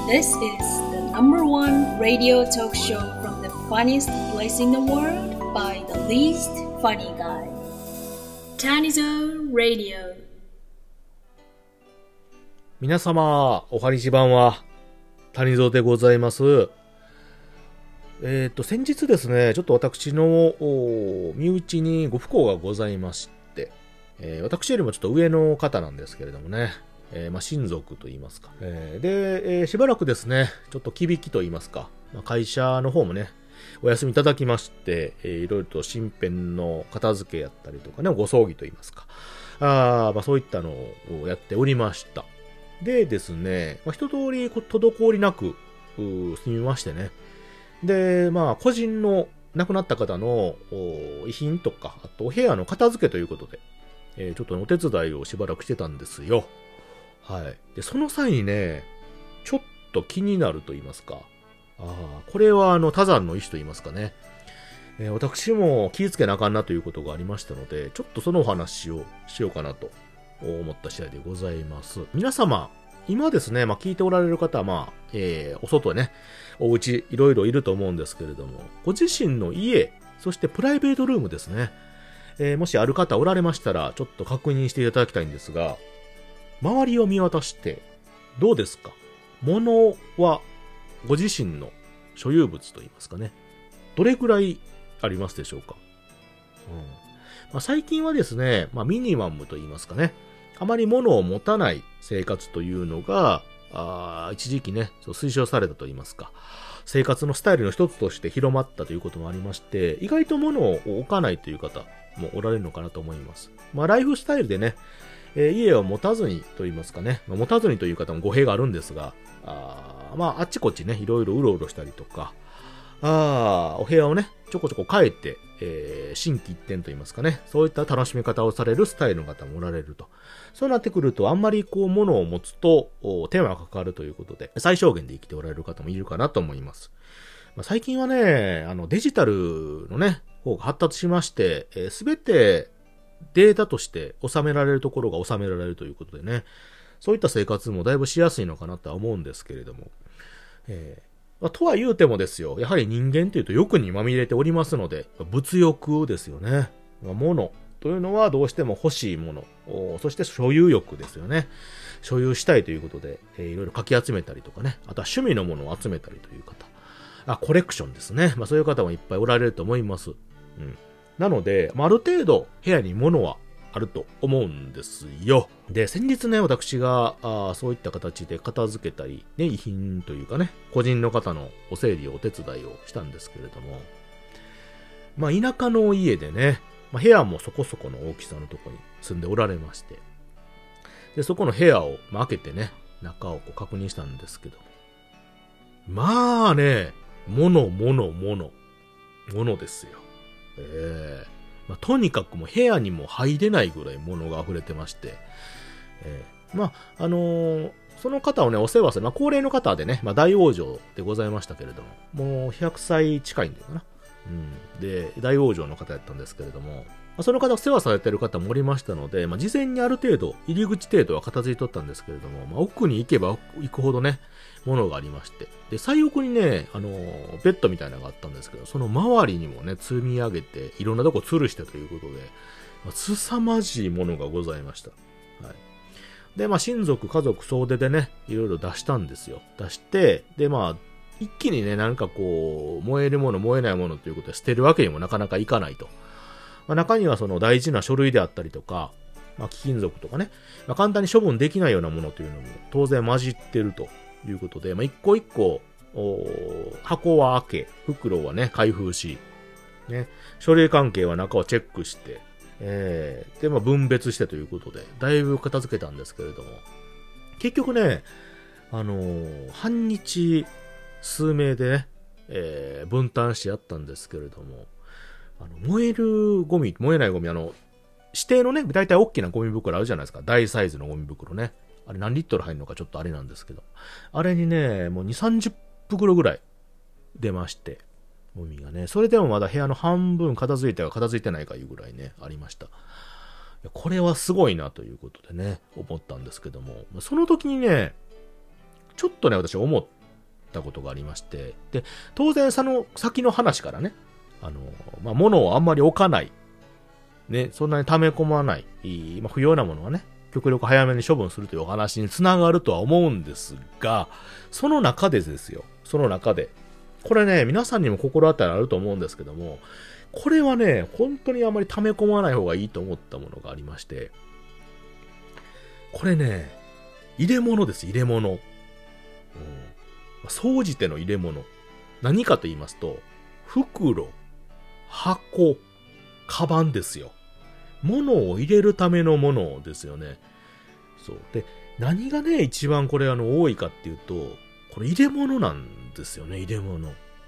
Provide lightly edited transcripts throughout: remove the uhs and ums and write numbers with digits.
This is the number one radio talk show from the funniest place in the world by the least funny guy. Tanizo Radio. 皆様、おはにちばんは、谷蔵でございます。先日ですね、ちょっと私の身内にご不幸がございまして、私よりもちょっと上の方なんですけれどもね、親族と言いますか。で、しばらくですね、ちょっと忌引きと言いますか、会社の方もね、お休みいただきまして、いろいろと身辺の片付けやったりとかね、ご葬儀と言いますか。そういったのをやっておりました。でですね、一通り滞りなく済みましてね。で、個人の亡くなった方の遺品とか、あとお部屋の片付けということで、ちょっとお手伝いをしばらくしてたんですよ。はい。で、その際にね、ちょっと気になると言いますか。これは多山の意思と言いますかね。私も気をつけなあかんなということがありましたので、ちょっとそのお話をしようかなと思った次第でございます。皆様、今ですね、聞いておられる方は、お外ね、お家いろいろいると思うんですけれども、ご自身の家、そしてプライベートルームですね。もしある方おられましたら、ちょっと確認していただきたいんですが、周りを見渡して、どうですか？物はご自身の所有物といいますかね。どれくらいありますでしょうか？最近はですね、ミニマムと言いますかね。あまり物を持たない生活というのが、一時期ね、推奨されたと言いますか。生活のスタイルの一つとして広まったということもありまして、意外と物を置かないという方もおられるのかなと思います。ライフスタイルでね、家を持たずにと言いますかね、持たずにという方も語弊があるんですが、あっちこっちね、いろいろうろうろしたりとか、お部屋をね、ちょこちょこ変えて、心機一転と言いますかね、そういった楽しみ方をされるスタイルの方もおられると。そうなってくると、あんまり物を持つと、手間がかかるということで、最小限で生きておられる方もいるかなと思います。最近はね、デジタルのね、方が発達しまして、すべてデータとして収められるところが収められるということでね、そういった生活もだいぶしやすいのかなとは思うんですけれども、とは言うてもですよ、やはり人間というと欲にまみれておりますので、物欲ですよね。物というのはどうしても欲しいもの、そして所有欲ですよね。所有したいということで、いろいろかき集めたりとかね、あとは趣味のものを集めたりという方、コレクションですね。そういう方もいっぱいおられると思います。なので、ある程度部屋に物はあると思うんですよ。で、先日ね、私がそういった形で片付けたり、ね、遺品というかね、個人の方のお整理をお手伝いをしたんですけれども、田舎の家でね、部屋もそこそこの大きさのところに住んでおられまして、で、そこの部屋を開けてね、中を確認したんですけども、物ですよ。とにかくもう部屋にも入れないぐらい物が溢れてまして、その方をね、お世話する、高齢の方でね、大往生でございましたけれども、もう100歳近いんだよな。で、大往生の方やったんですけれども、その方、世話されてる方もおりましたので、事前にある程度、入り口程度は片付いとったんですけれども、奥に行けば行くほどね、ものがありまして。で、最奥にね、ベッドみたいなのがあったんですけど、その周りにもね、積み上げて、いろんなとこ吊るしてということで、凄まじいものがございました。はい。で、親族、家族総出でね、いろいろ出したんですよ。出して、で、一気にね、燃えるもの、燃えないものということで捨てるわけにもなかなかいかないと。中にはその大事な書類であったりとか、貴金属とかね、簡単に処分できないようなものというのも当然混じってるということで、一個一個、箱は開け、袋はね、開封し、ね、書類関係は中をチェックして、で、分別してということで、だいぶ片付けたんですけれども、結局ね、半日数名でね、分担してやったんですけれども、燃えるゴミ、燃えないゴミ、指定のね、だいたい大きなゴミ袋あるじゃないですか。大サイズのゴミ袋ね。あれ何リットル入るのかちょっとあれなんですけど。あれにね、もう2、30袋ぐらい出まして、ゴミがね。それでもまだ部屋の半分片付いてか片付いてないかいうぐらいね、ありました。これはすごいなということでね、思ったんですけども。その時にね、 ちょっとね、私思ったことがありまして、で、当然その先の話からね、物をあんまり置かない、ね、そんなに溜め込まない、不要なものはね、極力早めに処分するというお話につながるとは思うんですが、その中でですよ、これね、皆さんにも心当たりあると思うんですけども、これはね、本当にあまり溜め込まない方がいいと思ったものがありまして、これね、入れ物です、入れ物。総じての入れ物。何かと言いますと、袋、箱、カバンですよ。物を入れるためのものですよね。そう。で、何がね、一番これ多いかっていうと、これ入れ物なんですよね、入れ物。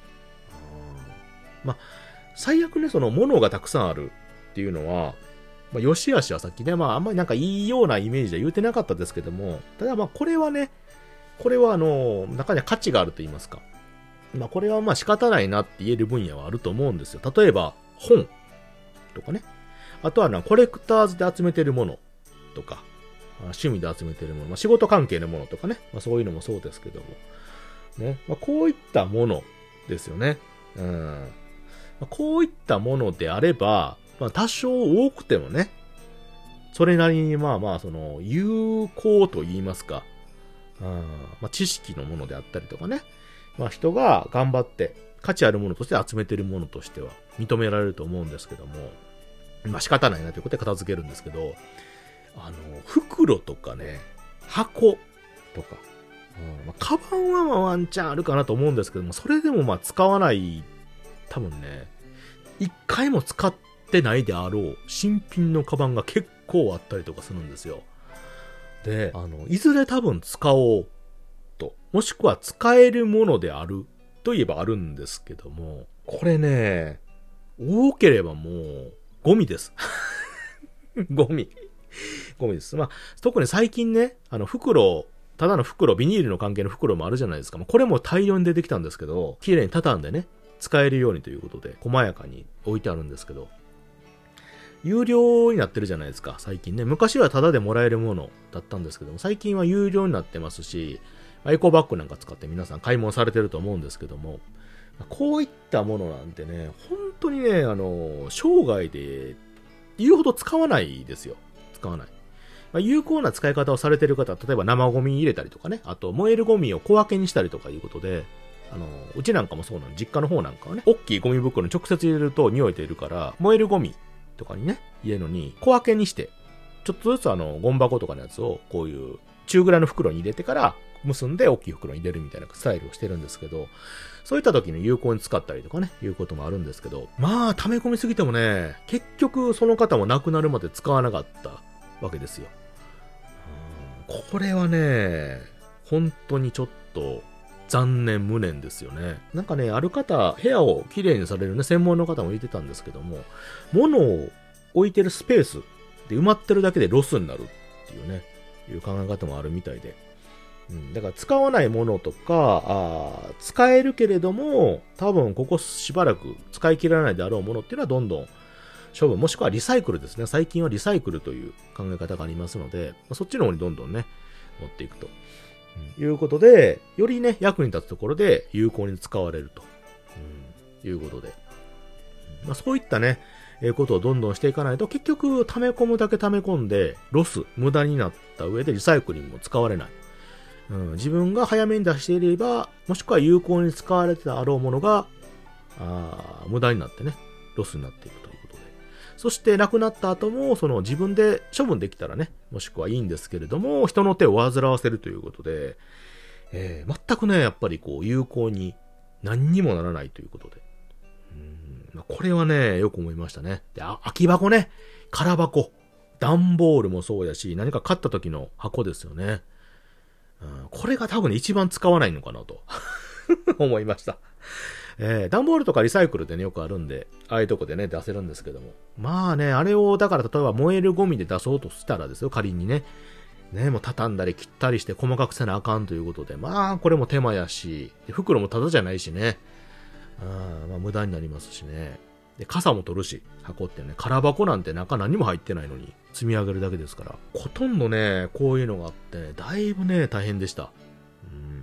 最悪ね、その物がたくさんあるっていうのは、よしあしはさっきね、あんまりなんかいいようなイメージで言うてなかったですけども、ただこれはね、中には価値があると言いますか。これは仕方ないなって言える分野はあると思うんですよ。例えば、本とかね。あとはコレクターズで集めてるものとか、趣味で集めてるもの、仕事関係のものとかね。そういうのもそうですけども。ね。こういったものですよね。こういったものであれば、多少多くてもね、それなりに有効と言いますか、知識のものであったりとかね、人が頑張って価値あるものとして集めているものとしては認められると思うんですけども、仕方ないなということで片付けるんですけど、袋とかね、箱とか、カバンはワンチャンあるかなと思うんですけども、それでも使わない、多分ね、一回も使ってないであろう新品のカバンが結構あったりとかするんですよ。で、いずれ多分使おうと、もしくは使えるものであるといえばあるんですけども、これね、多ければもう、ゴミです。ゴミです。特に最近ね、袋、ただの袋、ビニールの関係の袋もあるじゃないですか。これも大量に出てきたんですけど、綺麗に畳んでね、使えるようにということで、細やかに置いてあるんですけど、有料になってるじゃないですか、最近ね。昔はタダでもらえるものだったんですけども、最近は有料になってますし、エコバッグなんか使って皆さん買い物されてると思うんですけども、こういったものなんてね、本当にね、生涯で言うほど使わないですよ。使わない。有効な使い方をされている方は、例えば生ゴミ入れたりとかね、あと燃えるゴミを小分けにしたりとかいうことで、うちなんかもそうなの、実家の方なんかはね、大きいゴミ袋に直接入れると匂いているから、燃えるゴミとかにね、入れるのに小分けにして、ちょっとずつゴミ箱とかのやつをこういう中ぐらいの袋に入れてから結んで大きい袋に入れるみたいなスタイルをしてるんですけど、そういった時に有効に使ったりとかね、いうこともあるんですけど、溜め込みすぎてもね、結局その方も亡くなるまで使わなかったわけですよ。これはね、本当にちょっと残念無念ですよね。なんかね、ある方、部屋をきれいにされるね、専門の方も言ってたんですけども、物を置いてるスペースで埋まってるだけでロスになるっていうね、いう考え方もあるみたいで。だから使わないものとか、使えるけれども、多分ここしばらく使い切らないであろうものっていうのはどんどん処分、もしくはリサイクルですね。最近はリサイクルという考え方がありますので、そっちの方にどんどんね、持っていくと。いうことで、よりね、役に立つところで有効に使われると。いうことで。そういったね、ことをどんどんしていかないと、結局、溜め込むだけ溜め込んで、ロス、無駄になった上でリサイクルにも使われない。自分が早めに出していれば、もしくは有効に使われてたあろうものが、無駄になってね、ロスになっていくということで。そして亡くなった後も、自分で処分できたらね、もしくはいいんですけれども、人の手を煩わせるということで、全くね、やっぱり有効に何にもならないということで。これはね、よく思いましたね。で、空き箱ね、空箱、段ボールもそうやし、何か買った時の箱ですよね。これが多分一番使わないのかなと思いました。段ボールとかリサイクルでね、よくあるんで、ああいうとこでね、出せるんですけども。あれを、だから例えば燃えるゴミで出そうとしたらですよ、仮にね。もう畳んだり切ったりして細かくせなあかんということで、これも手間やし、袋もただじゃないしね。無駄になりますしね。で、傘も取るし、箱ってね、空箱なんて中何も入ってないのに積み上げるだけですから、ほとんどね、こういうのがあって、だいぶね、大変でした。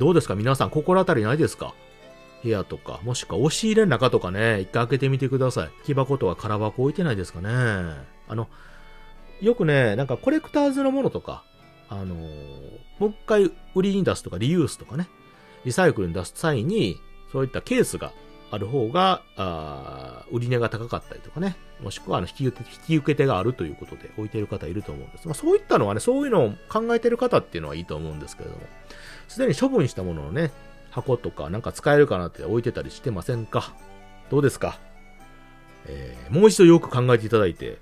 どうですか皆さん、心当たりないですか？部屋とか、もしくは押し入れの中とかね、一回開けてみてください。木箱とか空箱置いてないですかね。よくね、なんかコレクターズのものとか、もう一回売りに出すとか、リユースとかね、リサイクルに出す際に、そういったケースがある方が、売り値が高かったりとかね、もしくは引き受け手があるということで置いている方いると思うんです。まあそういったのはね、そういうのを考えている方っていうのはいいと思うんですけれども、すでに処分したもののね、箱とかなんか使えるかなって置いてたりしてませんか？どうですか？もう一度よく考えていただいて、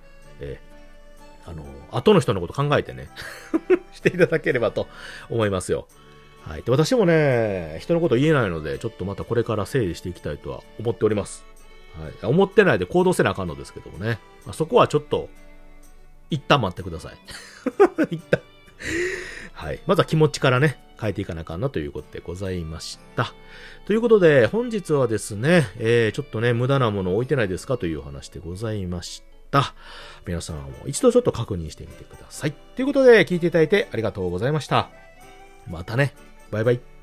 後の人のこと考えてね、していただければと思いますよ。はい。で、私もね、人のこと言えないので、ちょっとまたこれから整理していきたいとは思っております。はい。思ってないで行動せなあかんのですけどもね。まあ、そこはちょっと、一旦待ってください。一旦。はい。まずは気持ちからね、変えていかなあかんなということでございました。ということで、本日はですね、ちょっとね、無駄なもの置いてないですかというお話でございました。皆さんも一度ちょっと確認してみてください。ということで、聞いていただいてありがとうございました。またね。バイバイ。